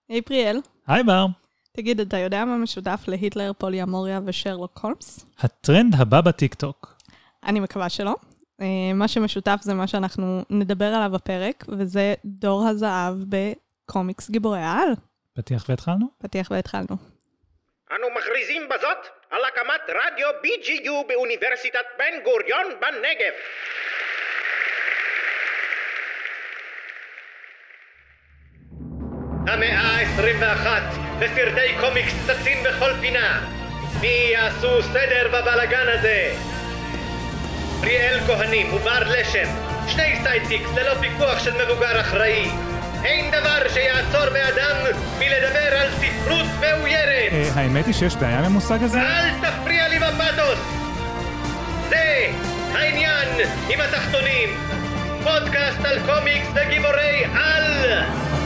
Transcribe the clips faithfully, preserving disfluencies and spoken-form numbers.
היי פריאל. היי בר. תגיד, אתה יודע מה משותף להיטלר, פוליאמוריה ושרלוק הולמס? הטרנד הבא בטיקטוק. אני מקווה שלא. מה שמשותף זה מה שאנחנו נדבר עליו בפרק, וזה דור הזהב בקומיקס גיבורי העל. פתיח והתחלנו? פתיח והתחלנו. אנו מכריזים בזאת על הקמת רדיו בי ג'י יו באוניברסיטת בן גוריון בנגב. המאה ה-עשרים ואחת, וסרטי קומיקס צצים בכל פינה. מי יעשו סדר בבלגן הזה? פריאל כהנים ובר לשם, שני סיידקיקס ללא פיקוח של מבוגר אחראי. אין דבר שיעצור באדם מלדבר על ספרות מאוירת. האמת היא שיש בעיה מהמושג הזה? אל תפריע לי בפאתוס. זה העניין עם התחתונים. פודקאסט על קומיקס וגיבורי על.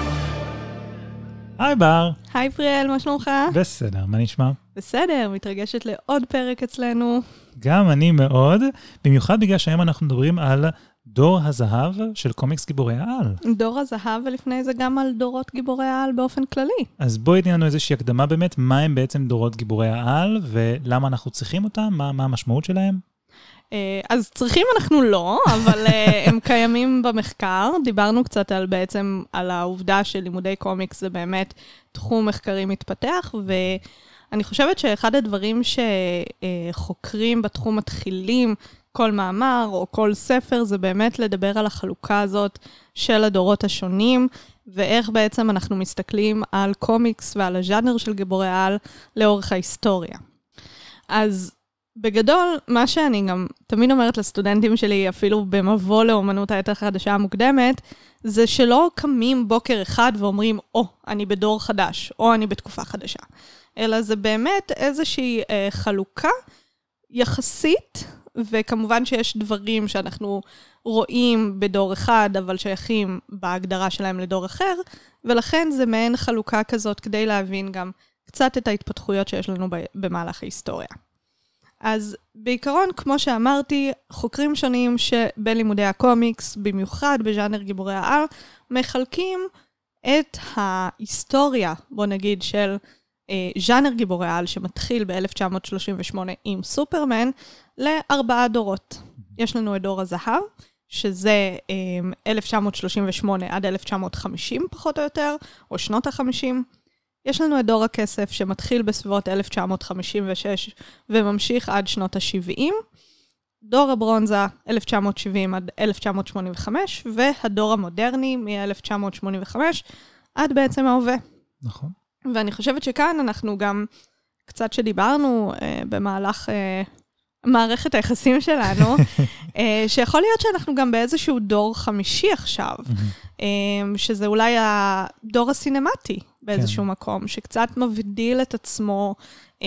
היי בר. היי פריאל, מה שלומך? בסדר, מה נשמע? בסדר, מתרגשת לעוד פרק אצלנו. גם אני מאוד, במיוחד בגלל שהיום אנחנו מדברים על דור הזהב של קומיקס גיבורי העל. דור הזהב, ולפני זה גם על דורות גיבורי העל באופן כללי. אז בואי תני לנו איזושהי הקדמה באמת, מה הם בעצם דורות גיבורי העל, ולמה אנחנו צריכים אותם, מה, מה המשמעות שלהם? אז צריכים אנחנו לא, אבל הם קיימים במחקר. דיברנו קצת על בעצם על העובדה של לימודי קומיקס זה באמת תחום מחקרי מתפתח, ואני חושבת שאחד הדברים שחוקרים בתחום מתחילים כל מאמר או כל ספר, זה באמת לדבר על החלוקה הזאת של הדורות השונים, ואיך בעצם אנחנו מסתכלים על קומיקס ועל הז'אנר של גיבורי העל לאורך ההיסטוריה. אז בגדול, מה שאני גם תמיד אומרת לסטודנטים שלי, אפילו במבוא לאומנות העת החדשה המוקדמת, זה שלא קמים בוקר אחד ואומרים, או, אני בדור חדש, או אני בתקופה חדשה. אלא זה באמת איזושהי אה, חלוקה יחסית, וכמובן שיש דברים שאנחנו רואים בדור אחד, אבל שייכים בהגדרה שלהם לדור אחר, ולכן זה מעין חלוקה כזאת כדי להבין גם קצת את ההתפתחויות שיש לנו במהלך ההיסטוריה. אז בעיקרון, כמו שאמרתי, חוקרים שונים שבלימודי הקומיקס, במיוחד בז'אנר גיבורי העל, מחלקים את ההיסטוריה, בוא נגיד, של אה, ז'אנר גיבורי העל, שמתחיל ב-אלף תשע מאות שלושים ושמונה עם סופרמן, לארבעה דורות. יש לנו את דור הזהב, שזה אה, אלף תשע מאות שלושים ושמונה עד אלף תשע מאות חמישים פחות או יותר, או שנות ה-חמישים. יש לנו את דור הכסף שמתחיל בסביבות אלף תשע מאות חמישים ושש וממשיך עד שנות ה-שבעים. דור הברונזה אלף תשע מאות שבעים עד אלף תשע מאות שמונים וחמש, והדור המודרני מ-אלף תשע מאות שמונים וחמש עד בעצם ההווה. נכון. ואני חושבת שכאן אנחנו גם קצת שדיברנו אה, במהלך אה, מערכת היחסים שלנו, אה, שיכול להיות שאנחנו גם באיזשהו דור חמישי עכשיו, אה, שזה אולי הדור הסינמטי באיזשהו כן. מקום, שקצת מבדיל את עצמו אה,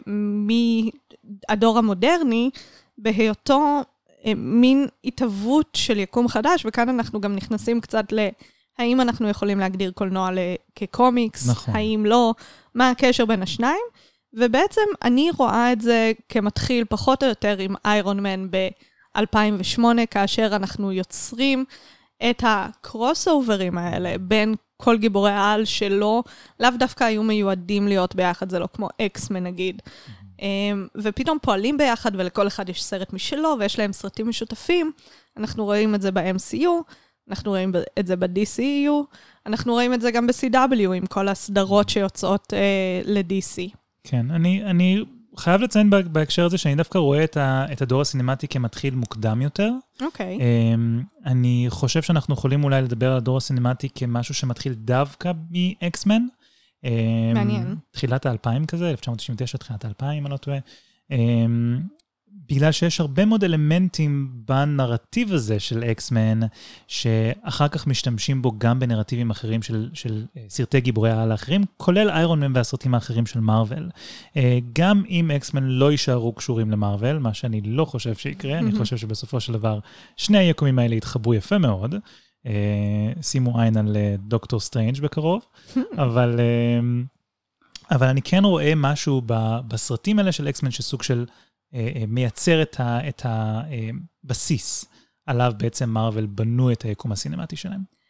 מהדור המודרני, בהיותו אה, מין התהוות של יקום חדש, וכאן אנחנו גם נכנסים קצת ל... האם אנחנו יכולים להגדיר קולנוע כקומיקס, נכון. האם לא, מה הקשר בין השניים, ובעצם אני רואה את זה כמתחיל פחות או יותר עם איירון מן ב-אלפיים ושמונה, כאשר אנחנו יוצרים את הקרוס אוברים האלה בין כל גיבורי העל שלא, לאו דווקא היו מיועדים להיות ביחד, זה לא כמו אקס-מן נגיד, mm-hmm. ופתאום פועלים ביחד ולכל אחד יש סרט משלו ויש להם סרטים משותפים, אנחנו רואים את זה ב-אם סי יו, אנחנו רואים את זה ב-די סי אי יו, אנחנו רואים את זה גם ב-סי דאבליו עם כל הסדרות שיוצאות אה, ל-די סי. כן, אני, אני חייב לציין בהקשר הזה שאני דווקא רואה את, ה, את הדור הסינמטי כמתחיל מוקדם יותר. אוקיי. Um, אני חושב שאנחנו יכולים אולי לדבר על הדור הסינמטי כמשהו שמתחיל דווקא מ-אקס-מן. Um, מעניין. תחילת האלפיים כזה, אלף תשע מאות תשעים ותשע, תחילת האלפיים, אני לא טועה. Um, בגלל שיש הרבה מאוד אלמנטים בנרטיב הזה של אקס-מן, שאחר כך משתמשים בו גם בנרטיבים אחרים של, של סרטי גיבורי העל האחרים, כולל איירון מן והסרטים האחרים של מארוול. גם אם אקס-מן לא יישארו קשורים למארוול, מה שאני לא חושב שיקרה, אני חושב שבסופו של דבר שני היקומים האלה יתחברו יפה מאוד. שימו עין על דוקטור סטרנג' בקרוב, אבל, אבל אני כן רואה משהו בסרטים האלה של אקס-מן שסוג של מייצר את, ה, את הבסיס עליו בעצם מארוול בנו את היקום הסינמטי שלהם.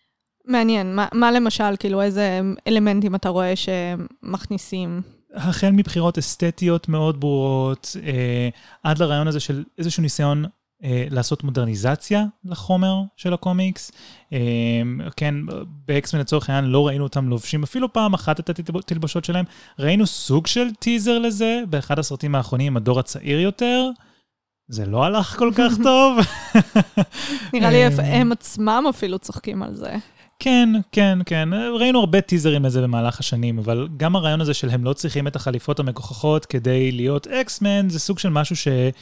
מעניין, מה, מה למשל, כאילו איזה אלמנטים אתה רואה שמכניסים? החל מבחירות אסתטיות מאוד ברורות, אה, עד לרעיון הזה של איזשהו ניסיון אה, לעשות מודרניזציה לחומר של הקומיקס. אה, כן, באקסמן לצורך העניין לא ראינו אותם לובשים אפילו פעם אחת את התלבשות שלהם. ראינו סוג של טיזר לזה, באחד הסרטים האחרונים עם הדור הצעיר יותר. זה לא הלך כל כך טוב. נראה לי הם עצמם אפילו צוחקים על זה. כן, כן, כן. ראינו הרבה טיזרים לזה במהלך השנים, אבל גם הרעיון הזה של הם לא צריכים את החליפות המכוחכות כדי להיות אקסמן, זה סוג של משהו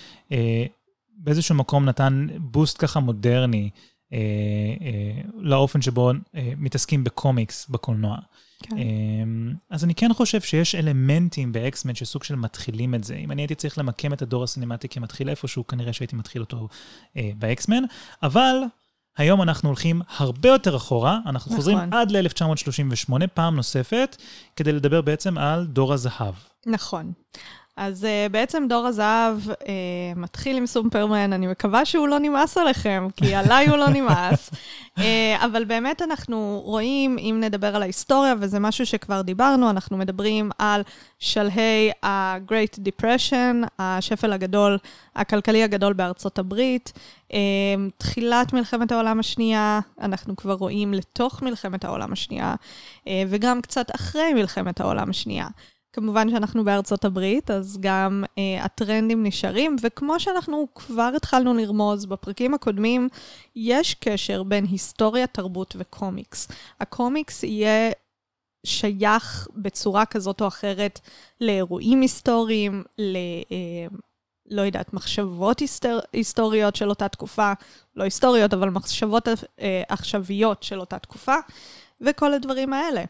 שבאיזשהו מקום נתן בוסט ככה מודרני אה, אה, לאופן שבו אה, מתעסקים בקומיקס בקולנוע. כן. אז אני כן חושב שיש אלמנטים באקסמן שסוג של מתחילים את זה. אם אני הייתי צריך למקם את הדור הסינמטי כמתחיל איפשהו, כנראה שהייתי מתחיל אותו אה, באקסמן, אבל היום אנחנו הולכים הרבה יותר אחורה, אנחנו נכון. חוזרים עד ל-אלף תשע מאות שלושים ושמונה, פעם נוספת, כדי לדבר בעצם על דור הזהב. נכון. אז uh, בעצם דור הזהב uh, מתחיל עם סופרמן, אני מקווה שהוא לא נמאס עליכם, כי עליי הוא לא נמאס. uh, אבל באמת אנחנו רואים, אם נדבר על ההיסטוריה, וזה משהו שכבר דיברנו, אנחנו מדברים על שלהי ה-Great Depression, השפל הגדול, הכלכלי הגדול בארצות הברית, uh, תחילת מלחמת העולם השנייה, אנחנו כבר רואים לתוך מלחמת העולם השנייה, uh, וגם קצת אחרי מלחמת העולם השנייה. כמובן שאנחנו בארצות הברית, אז גם אה, הטרנדים נשארים, וכמו שאנחנו כבר התחלנו לרמוז בפרקים הקודמים, יש קשר בין היסטוריה, תרבות וקומיקס. הקומיקס יהיה שייך בצורה כזאת או אחרת לאירועים היסטוריים, ל... אה, לא יודעת, מחשבות היסטור... היסטוריות של אותה תקופה, לא היסטוריות, אבל מחשבות אה, עכשוויות של אותה תקופה, וכל הדברים האלה.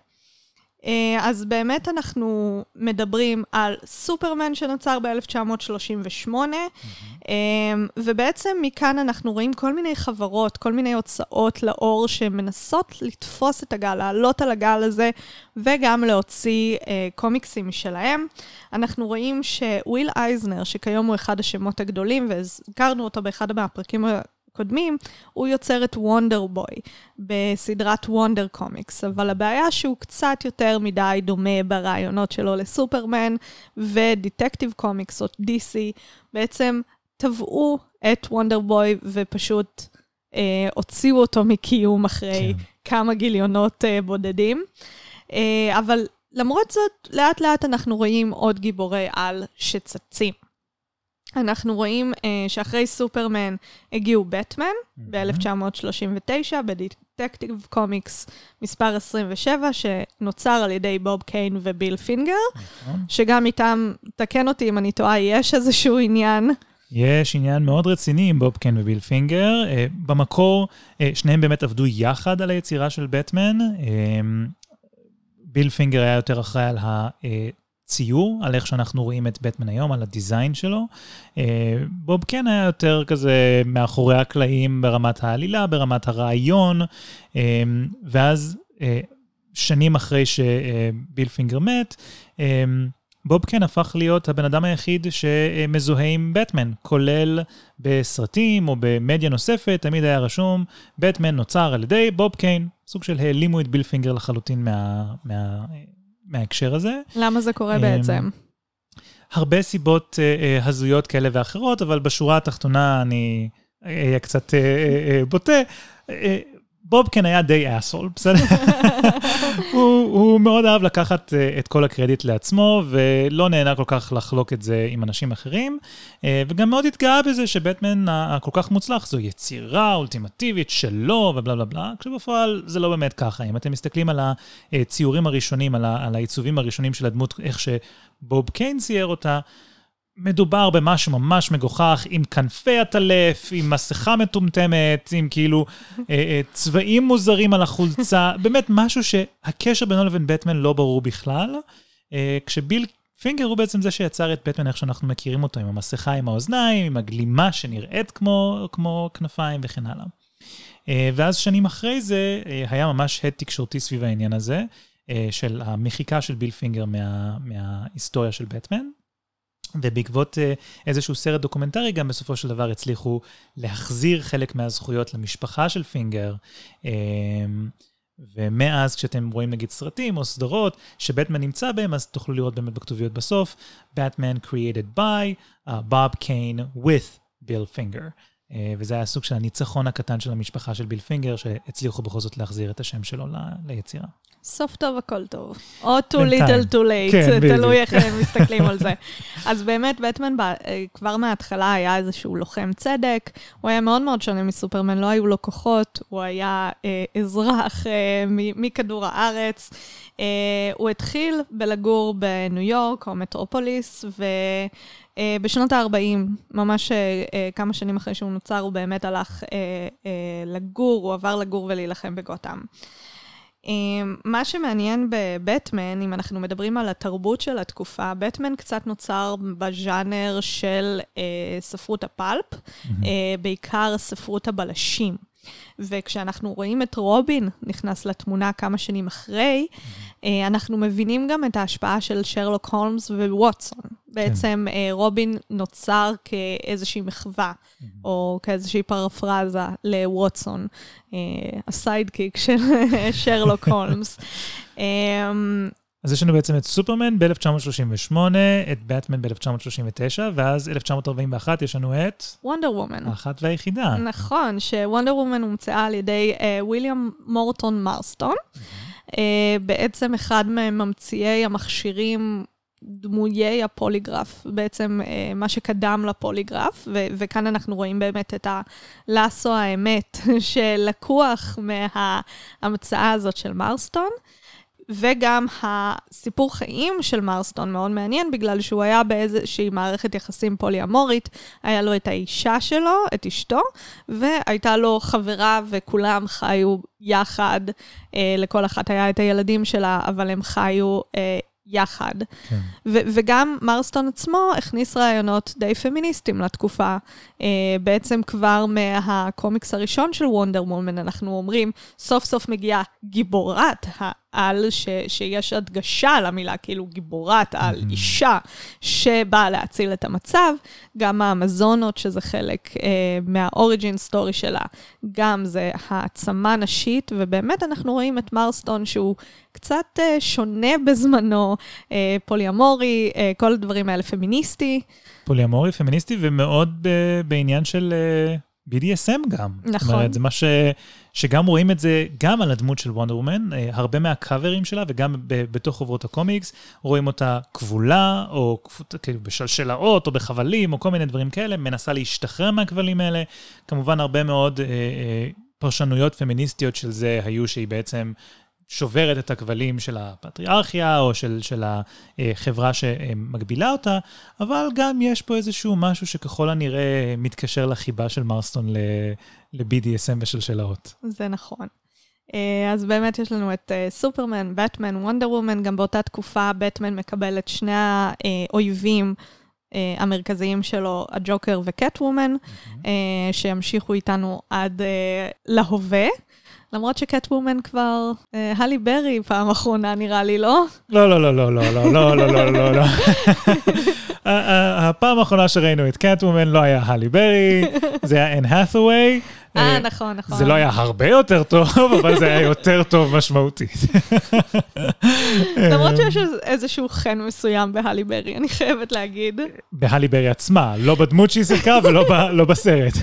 אז באמת אנחנו מדברים על סופרמן שנוצר ב-אלף תשע מאות שלושים ושמונה, ובעצם מכאן אנחנו רואים כל מיני חברות, כל מיני הוצאות לאור שמנסות לתפוס את הגל, לעלות על הגל הזה, וגם להוציא קומיקסים משלהם. אנחנו רואים שוויל אייזנר, שכיום הוא אחד השמות הגדולים, והזכרנו אותו באחד מהפרקים קודמים, הוא יוצר את וונדר בוי בסדרת וונדר קומיקס, אבל הבעיה שהוא קצת יותר מדי דומה ברעיונות שלו לסופרמן, ודיטקטיב קומיקס או די סי בעצם טבעו את וונדר בוי ופשוט אה, הוציאו אותו מקיום אחרי כן. כמה גיליונות אה, בודדים. אה, אבל למרות זאת, לאט לאט אנחנו רואים עוד גיבורי על שצצים. אנחנו רואים uh, שאחרי סופרמן הגיעו בטמן mm-hmm. ב-אלף תשע מאות שלושים ותשע, בדיטקטיב קומיקס מספר עשרים ושבע, שנוצר על ידי בוב קיין וביל פינגר, mm-hmm. שגם איתם, תקן אותי אם אני טועה, יש איזשהו עניין. יש עניין מאוד רציני עם בוב קיין וביל פינגר. Uh, במקור, uh, שניהם באמת עבדו יחד על היצירה של בטמן. Uh, ביל פינגר היה יותר אחראי על ה... Uh, ציור, על איך שאנחנו רואים את בטמן היום, על הדיזיין שלו. בוב כן היה יותר כזה מאחורי הקלעים ברמת העלילה, ברמת הרעיון, ואז שנים אחרי שביל פינגר מת, בוב כן הפך להיות הבן אדם היחיד שמזוהה עם בטמן, כולל בסרטים או במדיה נוספת, תמיד היה רשום, בטמן נוצר על ידי בוב קיין, סוג של העלימו את ביל פינגר לחלוטין מה... מה מההקשר הזה. למה זה קורה בעצם? הרבה סיבות הזויות כאלה ואחרות, אבל בשורה התחתונה אני אהיה קצת בוטה. בוב כן היה די אסול, בסדר? הוא, הוא מאוד אהב לקחת את כל הקרדיט לעצמו, ולא נהנה כל כך לחלוק את זה עם אנשים אחרים, וגם מאוד התגאה בזה שבטמן הכל כך מוצלח, זו יצירה אולטימטיבית שלו, ובלה בלה בלה, כשבפועל זה לא באמת ככה. אם אתם מסתכלים על הציורים הראשונים, על העיצובים הראשונים של הדמות, איך שבוב קיין צייר אותה, מדובר במשהו ממש מגוחך, עם כנפי הטלף, עם מסכה מטומטמת, עם כאילו צבעים מוזרים על החולצה, באמת משהו שהקשר בינו לבין בטמן לא ברור בכלל, כשביל פינגר הוא בעצם זה שיצר את בטמן איך שאנחנו מכירים אותו, עם המסכה, עם האוזניים, עם הגלימה שנראית כמו, כמו כנפיים וכן הלאה. ואז שנים אחרי זה היה ממש הד תקשורתי סביב העניין הזה, של המחיקה של ביל פינגר מה, מההיסטוריה של בטמן, ובעקבות איזשהו סרט דוקומנטרי גם בסופו של דבר הצליחו להחזיר חלק מהזכויות למשפחה של פינגר, ומאז כשאתם רואים נגיד סרטים או סדרות שבטמן נמצא בהם, אז תוכלו לראות באמת בכתוביות בסוף, Batman created by uh, Bob Kane with Bill Finger. Uh, וזה היה סוג של הניצחון הקטן של המשפחה של ביל פינגר, שהצליחו בכל זאת להחזיר את השם שלו ל- ליצירה. סוף טוב, הכל טוב. או too little too late, כן, תלוי איך הם מסתכלים על זה. אז באמת, בטמן כבר מההתחלה היה איזשהו לוחם צדק, הוא היה מאוד מאוד שונה מסופרמן, לא היו לו כוחות, הוא היה אה, אזרח אה, מכדור הארץ. אה, הוא התחיל בלגור בניו יורק או מטרופוליס, ו... Uh, בשנות ה-ארבעים, ממש uh, uh, כמה שנים אחרי שהוא נוצר, הוא באמת הלך uh, uh, לגור, הוא עבר לגור ולהילחם בגותם. Uh, מה שמעניין בבטמן, אם אנחנו מדברים על התרבות של התקופה, בטמן קצת נוצר בז'אנר של uh, ספרות הפלפ, mm-hmm. uh, בעיקר ספרות הבלשים. וכשאנחנו רואים את רובין נכנס לתמונה כמה שנים אחרי, mm-hmm. אנחנו מבינים גם את ההשפעה של שרלוק הולמס וווטסון. בעצם כן. רובין נוצר כאיזושהי מחווה, mm-hmm. או כאיזושהי פרפרזה לווטסון, הסיידקיק של שרלוק הולמס. אז יש לנו בעצם את סופרמן ב-אלף תשע מאות שלושים ושמונה, את בטמן ב-אלף תשע מאות שלושים ותשע, ואז אלף תשע מאות ארבעים ואחת יש לנו את... וונדר וומן. האחת והיחידה. נכון, שוונדר וומן הומצאה על ידי וויליאם מורטון מרסטון, mm-hmm. בעצם אחד מממציאי המכשירים דמויי הפוליגרף, בעצם מה שקדם לפוליגרף, ו- וכאן אנחנו רואים באמת את הלאסו האמת שלקוח מההמצאה הזאת של מרסטון, וגם הסיפור חיים של מרסטון מאוד מעניין, בגלל שהוא היה באיזושהי מערכת יחסים פולי-אמורית, היה לו את האישה שלו, את אשתו, והייתה לו חברה וכולם חיו יחד, אה, לכל אחת היה את הילדים שלה, אבל הם חיו אה, יחד. כן. ו- וגם מרסטון עצמו הכניס רעיונות די פמיניסטיים לתקופה. Uh, בעצם כבר מהקומיקס הראשון של וונדר וומן, אנחנו אומרים, סוף סוף מגיעה גיבורת העל, ש- שיש הדגשה למילה, כאילו גיבורת על mm-hmm. אישה, שבאה להציל את המצב. גם האמזונות, שזה חלק uh, מהאוריג'ין סטורי שלה, גם זה העצמה נשית, ובאמת אנחנו רואים את מרסטון שהוא קצת uh, שונה בזמנו, uh, פוליאמורי, uh, כל הדברים האלה פמיניסטי. פוליאמורי, פמיניסטי, ומאוד ב- בעניין של uh, בי די אס אם גם. נכון. זאת אומרת, זה מה ש... שגם רואים את זה גם על הדמות של וונדר וומן, uh, הרבה מהקאברים שלה, וגם ב- בתוך חוברות הקומיקס, רואים אותה כבולה, או כאילו בשלשלאות, או בחבלים, או כל מיני דברים כאלה, מנסה להשתחרר מהכבלים האלה. כמובן, הרבה מאוד uh, uh, פרשנויות פמיניסטיות של זה היו שהיא בעצם... שוברת את הכבלים של הפטריארכיה, או של, של החברה שמגבילה אותה, אבל גם יש פה איזשהו משהו שככל הנראה מתקשר לחיבה של מרסטון ל-בי די אס אם ושלשלאות. זה נכון. אז באמת יש לנו את סופרמן, בטמן, וונדר וומן, גם באותה תקופה בטמן מקבל את שני האויבים המרכזיים שלו, הג'וקר וקט וומן, mm-hmm. שימשיכו איתנו עד להווה. למרות שקט וומן כבר, הלי ברי פעם אחרונה נראה לי, לא? לא, לא, לא, לא, לא, לא, לא, לא, לא, לא. הפעם האחרונה שראינו את קט וומן לא היה הלי ברי, זה היה אן האת'ווי. אה, נכון, נכון. זה לא היה הרבה יותר טוב, אבל זה היה יותר טוב משמעותית. למרות שיש איזשהו חן מסוים בהלי ברי, אני חייבת להגיד. בהלי ברי עצמה, לא בדמות שהיא שיחקה ולא בסרט.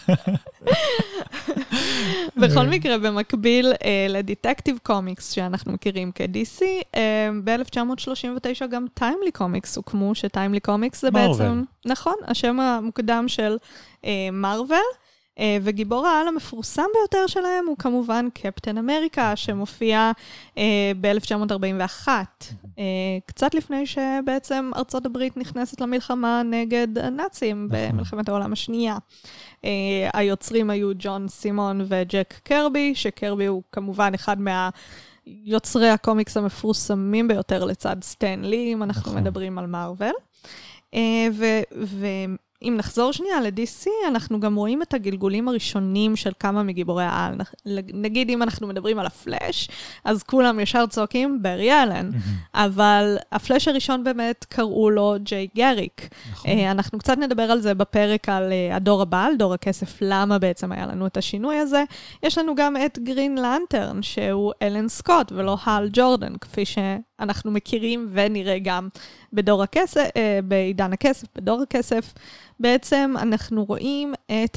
בכל מקרה, במקביל לדטקטיב קומיקס שאנחנו מכירים כ-די סי, ב-אלף תשע מאות שלושים ותשע גם טיימלי קומיקס הוקמו, שטיימלי קומיקס זה בעצם, נכון, השם המוקדם של מרוול, וגיבור העל המפורסם ביותר שלהם הוא כמובן קפטן אמריקה, שמופיע ב-אלף תשע מאות ארבעים ואחת, קצת לפני שבעצם ארצות הברית נכנסת למלחמה נגד הנאצים במלחמת העולם השנייה. היוצרים היו ג'ון סימון וג'ק קרבי, שקרבי הוא כמובן אחד מהיוצרי הקומיקס המפורסמים ביותר לצד סטן לי, אם אנחנו מדברים על מארוול. ו... אם נחזור שנייה ל-די סי, אנחנו גם רואים את הגלגולים הראשונים של כמה מגיבורי העל. נגיד, אם אנחנו מדברים על הפלאש, אז כולם ישר צועקים ברי אלן. אבל הפלאש הראשון באמת קראו לו ג'יי גריק. אנחנו קצת נדבר על זה בפרק על הדור הבא, על דור הכסף, למה בעצם היה לנו את השינוי הזה. יש לנו גם את גרין לנטרן, שהוא אלן סקוט ולא הל ג'ורדן, כפי שאנחנו מכירים ונראה גם בדור הכסף, בעידן הכסף, בדור הכסף. בעצם אנחנו רואים את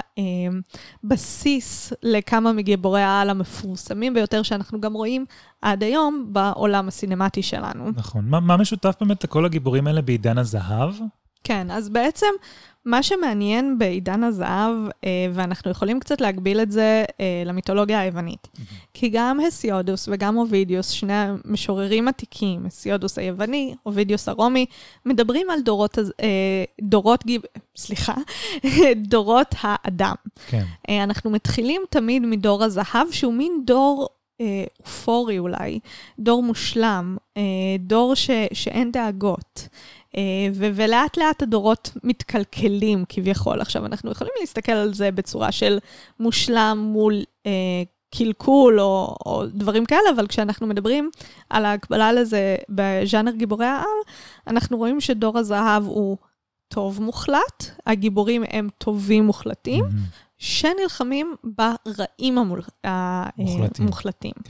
הבסיס לכמה מגיבורי העל המפורסמים ביותר, שאנחנו גם רואים עד היום בעולם הסינמטי שלנו. נכון. מה, מה משותף באמת לכל הגיבורים האלה בעידן הזהב? כן, אז בעצם מה שמעניין בעידן הזהב, ואנחנו יכולים קצת להגביל את זה למיתולוגיה היוונית, כי גם הסיודוס וגם אובידיוס, שני המשוררים עתיקים, הסיודוס היווני, אובידיוס הרומי, מדברים על דורות, דורות, סליחה, דורות האדם. כן. אנחנו מתחילים תמיד מדור הזהב, שהוא מין דור אופורי אולי, דור מושלם, דור ש, שאין דאגות. ו- ולאט לאט הדורות מתקלקלים כביכול. עכשיו, אנחנו יכולים להסתכל על זה בצורה של מושלם מול אה, קלקול או, או דברים כאלה, אבל כשאנחנו מדברים על ההקבלה לזה בז'אנר גיבורי העל, אנחנו רואים שדור הזהב הוא טוב מוחלט, הגיבורים הם טובים מוחלטים, mm-hmm. שנלחמים ברעים המול... המוחלטים. המוחלטים. כן.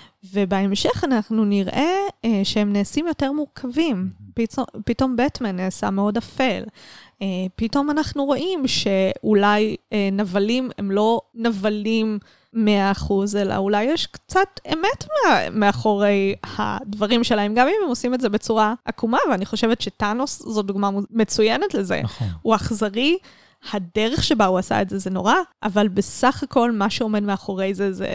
ובהמשך אנחנו נראה אה, שהם נעשים יותר מורכבים. פתאום, פתאום בטמן נעשה מאוד אפל. אה, פתאום אנחנו רואים שאולי אה, נבלים הם לא נבלים מאה אחוז, אלא אולי יש קצת אמת מה, מאחורי הדברים שלהם, גם אם הם עושים את זה בצורה עקומה, ואני חושבת שטאנוס זו דוגמה מצוינת לזה. נכון. הוא אכזרי, הדרך שבה הוא עשה את זה זה נורא, אבל בסך הכל מה שעומד מאחורי זה זה...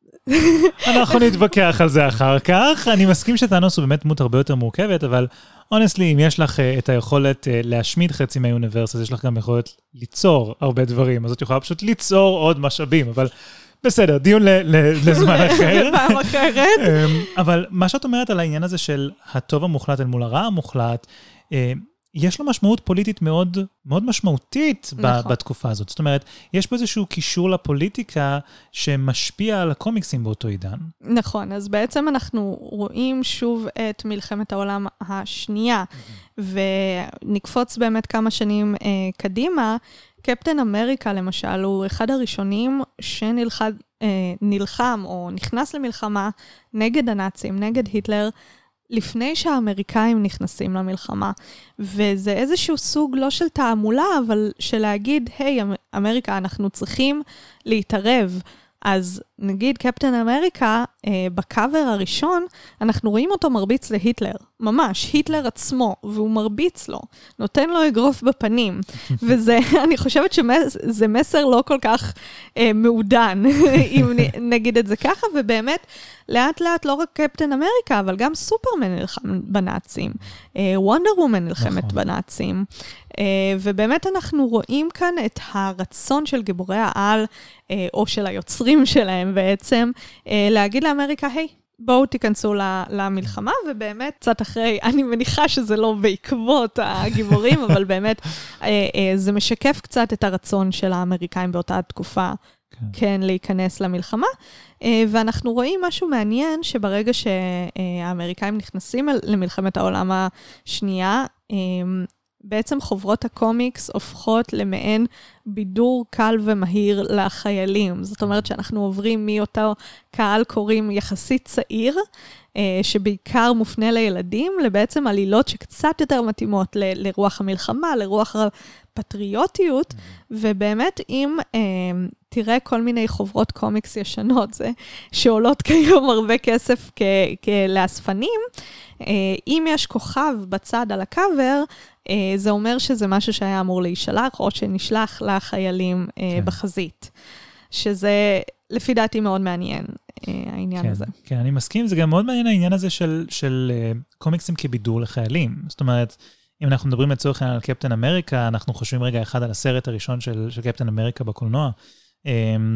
אנחנו נתווכח על זה אחר כך. אני מסכים שטאנוס הוא באמת דמות הרבה יותר מורכבת, אבל honestly, אם יש לך את היכולת להשמיד חצי מהאוניברס, אז יש לך גם יכולת ליצור הרבה דברים, אז את יכולה פשוט ליצור עוד משאבים, אבל בסדר, דיון לזמן אחר. פעם אחרת. אבל מה שאת אומרת על העניין הזה של הטוב המוחלט אל מול הרע המוחלט, יש לו משמעות פוליטית מאוד, מאוד משמעותית נכון. בתקופה הזאת. זאת אומרת, יש פה איזשהו קישור לפוליטיקה שמשפיע על הקומיקסים באותו עידן. נכון, אז בעצם אנחנו רואים שוב את מלחמת העולם השנייה, mm-hmm. ונקפוץ באמת כמה שנים אה, קדימה. קפטן אמריקה למשל הוא אחד הראשונים שנלחם אה, או נכנס למלחמה נגד הנאצים, נגד היטלר, לפני שהאמריקאים נכנסים למלחמה, וזה איזשהו סוג לא של תעמולה, אבל של להגיד, היי, אמריקה, אנחנו צריכים להתערב. אז נגיד קפטן אמריקה, אה, בקאבר הראשון, אנחנו רואים אותו מרביץ להיטלר, ממש, היטלר עצמו, והוא מרביץ לו, נותן לו אגרוף בפנים, וזה, אני חושבת שזה מסר לא כל כך אה, מעודן, אם נגיד את זה ככה, ובאמת, לאט לאט לא רק קפטן אמריקה, אבל גם סופרמן נלחם בנאצים, אה, וונדר וומן נלחמת נכון. בנאצים, אה, ובאמת אנחנו רואים כאן את הרצון של גיבורי העל, אה, או של היוצרים שלהם בעצם, אה, להגיד לאמריקה, היי, בואו תיכנסו למלחמה, ובאמת קצת אחרי, אני מניחה שזה לא בעקבות הגיבורים, אבל באמת זה משקף קצת את הרצון של האמריקאים באותה תקופה, כן, כן להיכנס למלחמה, ואנחנו רואים משהו מעניין, שברגע שהאמריקאים נכנסים למלחמת העולם השנייה, בעצם חוברות הקומיקס הופכות למעין בידור קל ומהיר לחיילים. זאת אומרת שאנחנו עוברים מאותו קהל קוראים יחסית צעיר, שבעיקר מופנה לילדים, לבעצם עלילות שקצת יותר מתאימות ל- לרוח המלחמה, לרוח הפטריוטיות, ובאמת אם אה, תראה כל מיני חוברות קומיקס ישנות, זה שעולות כיום הרבה כסף כ- כלאספנים, אה, אם יש כוכב בצד על הקאבר, אה, זה אומר שזה משהו שהיה אמור להישלח, או שנשלח לחיילים אה, כן. בחזית. שזה לפי דעתי מאוד מעניין, העניין כן, הזה. כן, אני מסכים, זה גם מאוד מעניין העניין הזה של, של uh, קומיקסים כבידור לחיילים. זאת אומרת, אם אנחנו מדברים לצורך על קפטן אמריקה, אנחנו חושבים רגע אחד על הסרט הראשון של, של קפטן אמריקה בקולנוע. Um,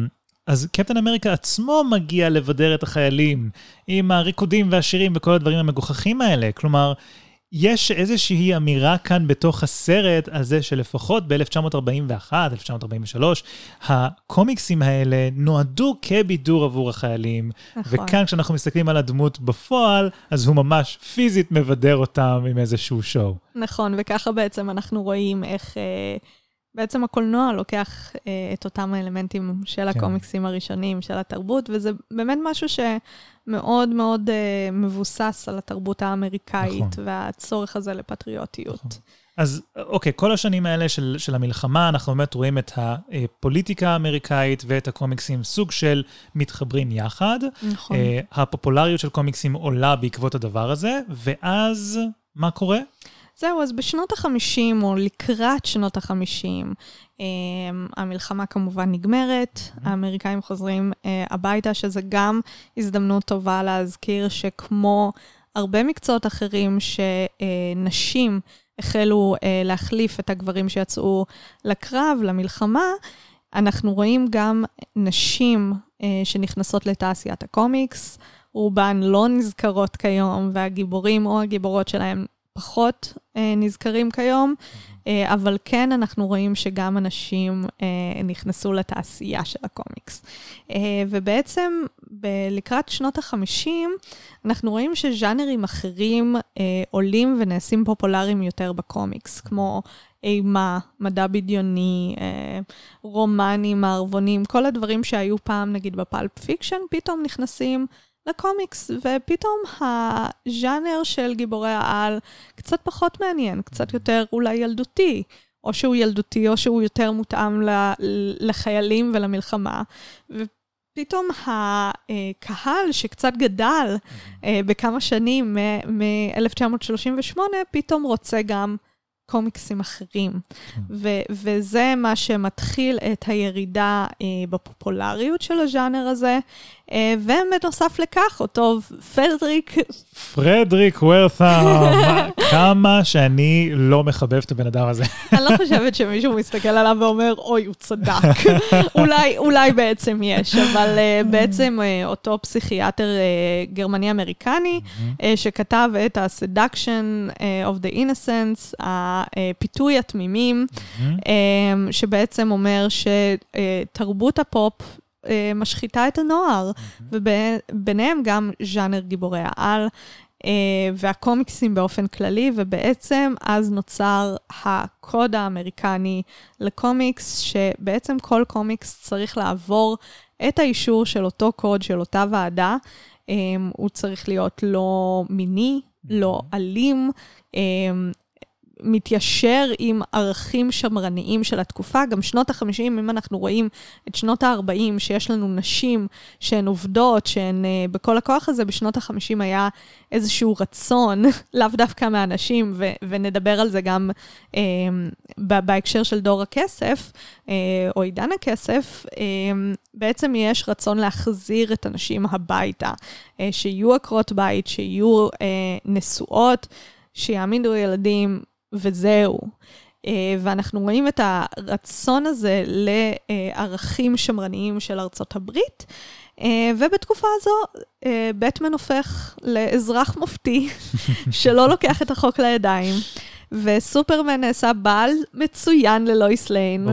אז קפטן אמריקה עצמו מגיע לבדר את החיילים, עם הריקודים והשירים וכל הדברים המגוחכים האלה. כלומר, יש איזושהי אמירה כאן בתוך הסרט הזה שלפחות ב-אלף תשע מאות ארבעים ואחת, אלף תשע מאות ארבעים ושלוש, הקומיקסים האלה נועדו כבידור עבור החיילים, נכון. וכאן כשאנחנו מסתכלים על הדמות בפועל, אז הוא ממש פיזית מבדר אותם עם איזשהו שואו. נכון, וככה בעצם אנחנו רואים איך אה, בעצם הקולנוע לוקח אה, את אותם האלמנטים של כן. הקומיקסים הראשונים, של התרבות, וזה באמת משהו ש... מאוד מאוד uh, מבוסס על התרבות האמריקאית, נכון. והצורך הזה לפטריוטיות. נכון. אז אוקיי, כל השנים האלה של, של המלחמה, אנחנו באמת רואים את הפוליטיקה האמריקאית ואת הקומיקסים סוג של מתחברים יחד. נכון. Uh, הפופולריות של קומיקסים עולה בעקבות הדבר הזה, ואז מה קורה? זהו, אז בשנות ה-חמישים, או לקראת שנות ה-חמישים, um, המלחמה כמובן נגמרת, mm-hmm. האמריקאים חוזרים uh, הביתה, שזה גם הזדמנות טובה להזכיר שכמו הרבה מקצועות אחרים שנשים החלו uh, להחליף את הגברים שיצאו לקרב, למלחמה, אנחנו רואים גם נשים uh, שנכנסות לתעשיית הקומיקס, רובן לא נזכרות כיום, והגיבורים או הגיבורות שלהם פחות אה, נזכרים כיום, אה, אבל כן אנחנו רואים שגם אנשים אה, נכנסו לתעשייה של הקומיקס. אה, ובעצם ב- לקראת שנות ה-חמישים, אנחנו רואים שז'אנרים אחרים אה, עולים ונעשים פופולריים יותר בקומיקס, כמו אימה, מדע בדיוני, אה, רומנים, מערבונים, כל הדברים שהיו פעם נגיד בפלפ פיקשן, פתאום נכנסים לקומיקס, ופתאום הז'אנר של גיבורי העל קצת פחות מעניין, קצת יותר אולי ילדותי, או שהוא ילדותי, או שהוא יותר מותאם לחיילים ולמלחמה, ופתאום הקהל שקצת גדל בכמה שנים, מ-אלף תשע מאות שלושים ושמונה, פתאום רוצה גם קומיקסים אחרים. ו- וזה מה שמתחיל את הירידה אה, בפופולריות של הז'אנר הזה, אה, ובנוסף לכך, אותו פרדריק... פרדריק ורת'ם, כמה שאני לא מחבב את הבן אדם הזה. אני לא חושבת שמישהו מסתכל עליו ואומר, אוי, הוא צדק. אולי, אולי בעצם יש, אבל uh, בעצם uh, אותו פסיכיאטר uh, גרמני-אמריקני, uh, שכתב את ה-Seduction uh, of the Innocents, הפיתוי התמימים, uh, שבעצם אומר שתרבות הפופ uh, משחיתה את הנוער, וביניהם גם ז'אנר גיבורי העל, Uh, והקומיקסים באופן כללי, ובעצם אז נוצר הקוד האמריקני לקומיקס, שבעצם כל קומיקס צריך לעבור את האישור של אותו קוד, של אותה ועדה, um, הוא צריך להיות לא מיני, לא אלים, um, מתיישר עם ערכים שמרניים של התקופה, גם שנות ה-חמישים, אם אנחנו רואים את שנות ה-ארבעים, שיש לנו נשים שהן עובדות, שהן uh, בכל הכוח הזה, בשנות ה-חמישים היה איזשהו רצון, לאו דווקא מהנשים, ו- ונדבר על זה גם uh, בהקשר של דור הכסף, uh, או עידן הכסף, uh, בעצם יש רצון להחזיר את הנשים הביתה, uh, שיהיו עקרות בית, שיהיו uh, נשואות, שיעמידו ילדים, וזהו. ואנחנו רואים את הרצון הזה לערכים שמרניים של ארצות הברית, ובתקופה הזו בטמן הופך לאזרח מופתי, שלא לוקח את החוק לידיים, וסופרמן נעשה בעל מצוין ללואיס ליין,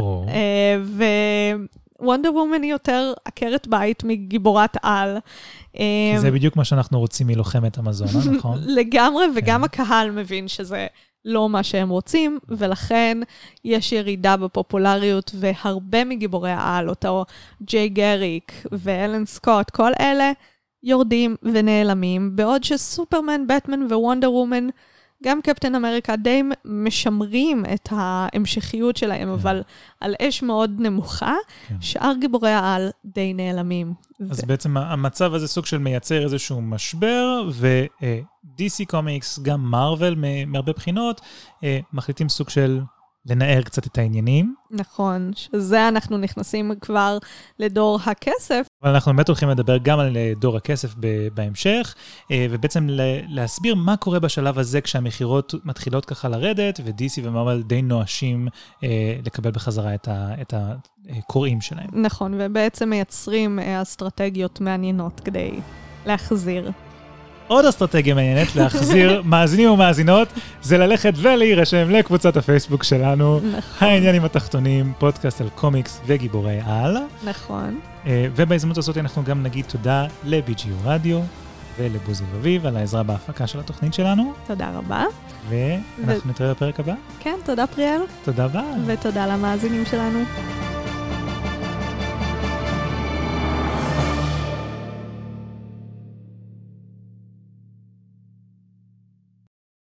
ווונדר וומן היא יותר עקרת בית מגיבורת על. כי זה בדיוק מה שאנחנו רוצים מלוחמת המזונה, נכון? לגמרי, וגם הקהל מבין שזה לא מה שהם רוצים, ולכן יש ירידה בפופולריות, והרבה מגיבורי העל, אותו ג'יי גריק ואלן סקוט, כל אלה יורדים ונעלמים, בעוד שסופרמן, בטמן ווונדר וומן, גם קפטן אמריקה די משמרים את ההמשכיות שלהם, אבל על אש מאוד נמוכה, שאר גיבורי העל די נעלמים. אז בעצם המצב הזה סוג של מייצר איזשהו משבר, ו-די סי קומיקס, גם מרוול, מהרבה בחינות, מחליטים סוג של לנער קצת את העניינים. נכון, שזה אנחנו נכנסים כבר לדור הכסף. אבל אנחנו באמת הולכים לדבר גם על דור הכסף בהמשך, ובעצם להסביר מה קורה בשלב הזה כשהמחירות מתחילות ככה לרדת, ו-די סי ומרוול די נואשים לקבל בחזרה את הקוראים שלהם. נכון, ובעצם מייצרים אסטרטגיות מעניינות כדי להחזיר. עוד אסטרטגיה מעניינת להחזיר מאזינים ומאזינות, זה ללכת ולהירשם לקבוצת הפייסבוק שלנו, נכון. העניינים התחתונים, פודקאסט על קומיקס וגיבורי על. נכון. ובהזדמנות הזאת אנחנו גם נגיד תודה ל-בי ג'י יו רדיו ולבוזי רביב על העזרה בהפקה של התוכנית שלנו. תודה רבה. ואנחנו ו... נתראה בפרק הבא. כן, תודה פריאל. תודה רבה. ותודה למאזינים שלנו.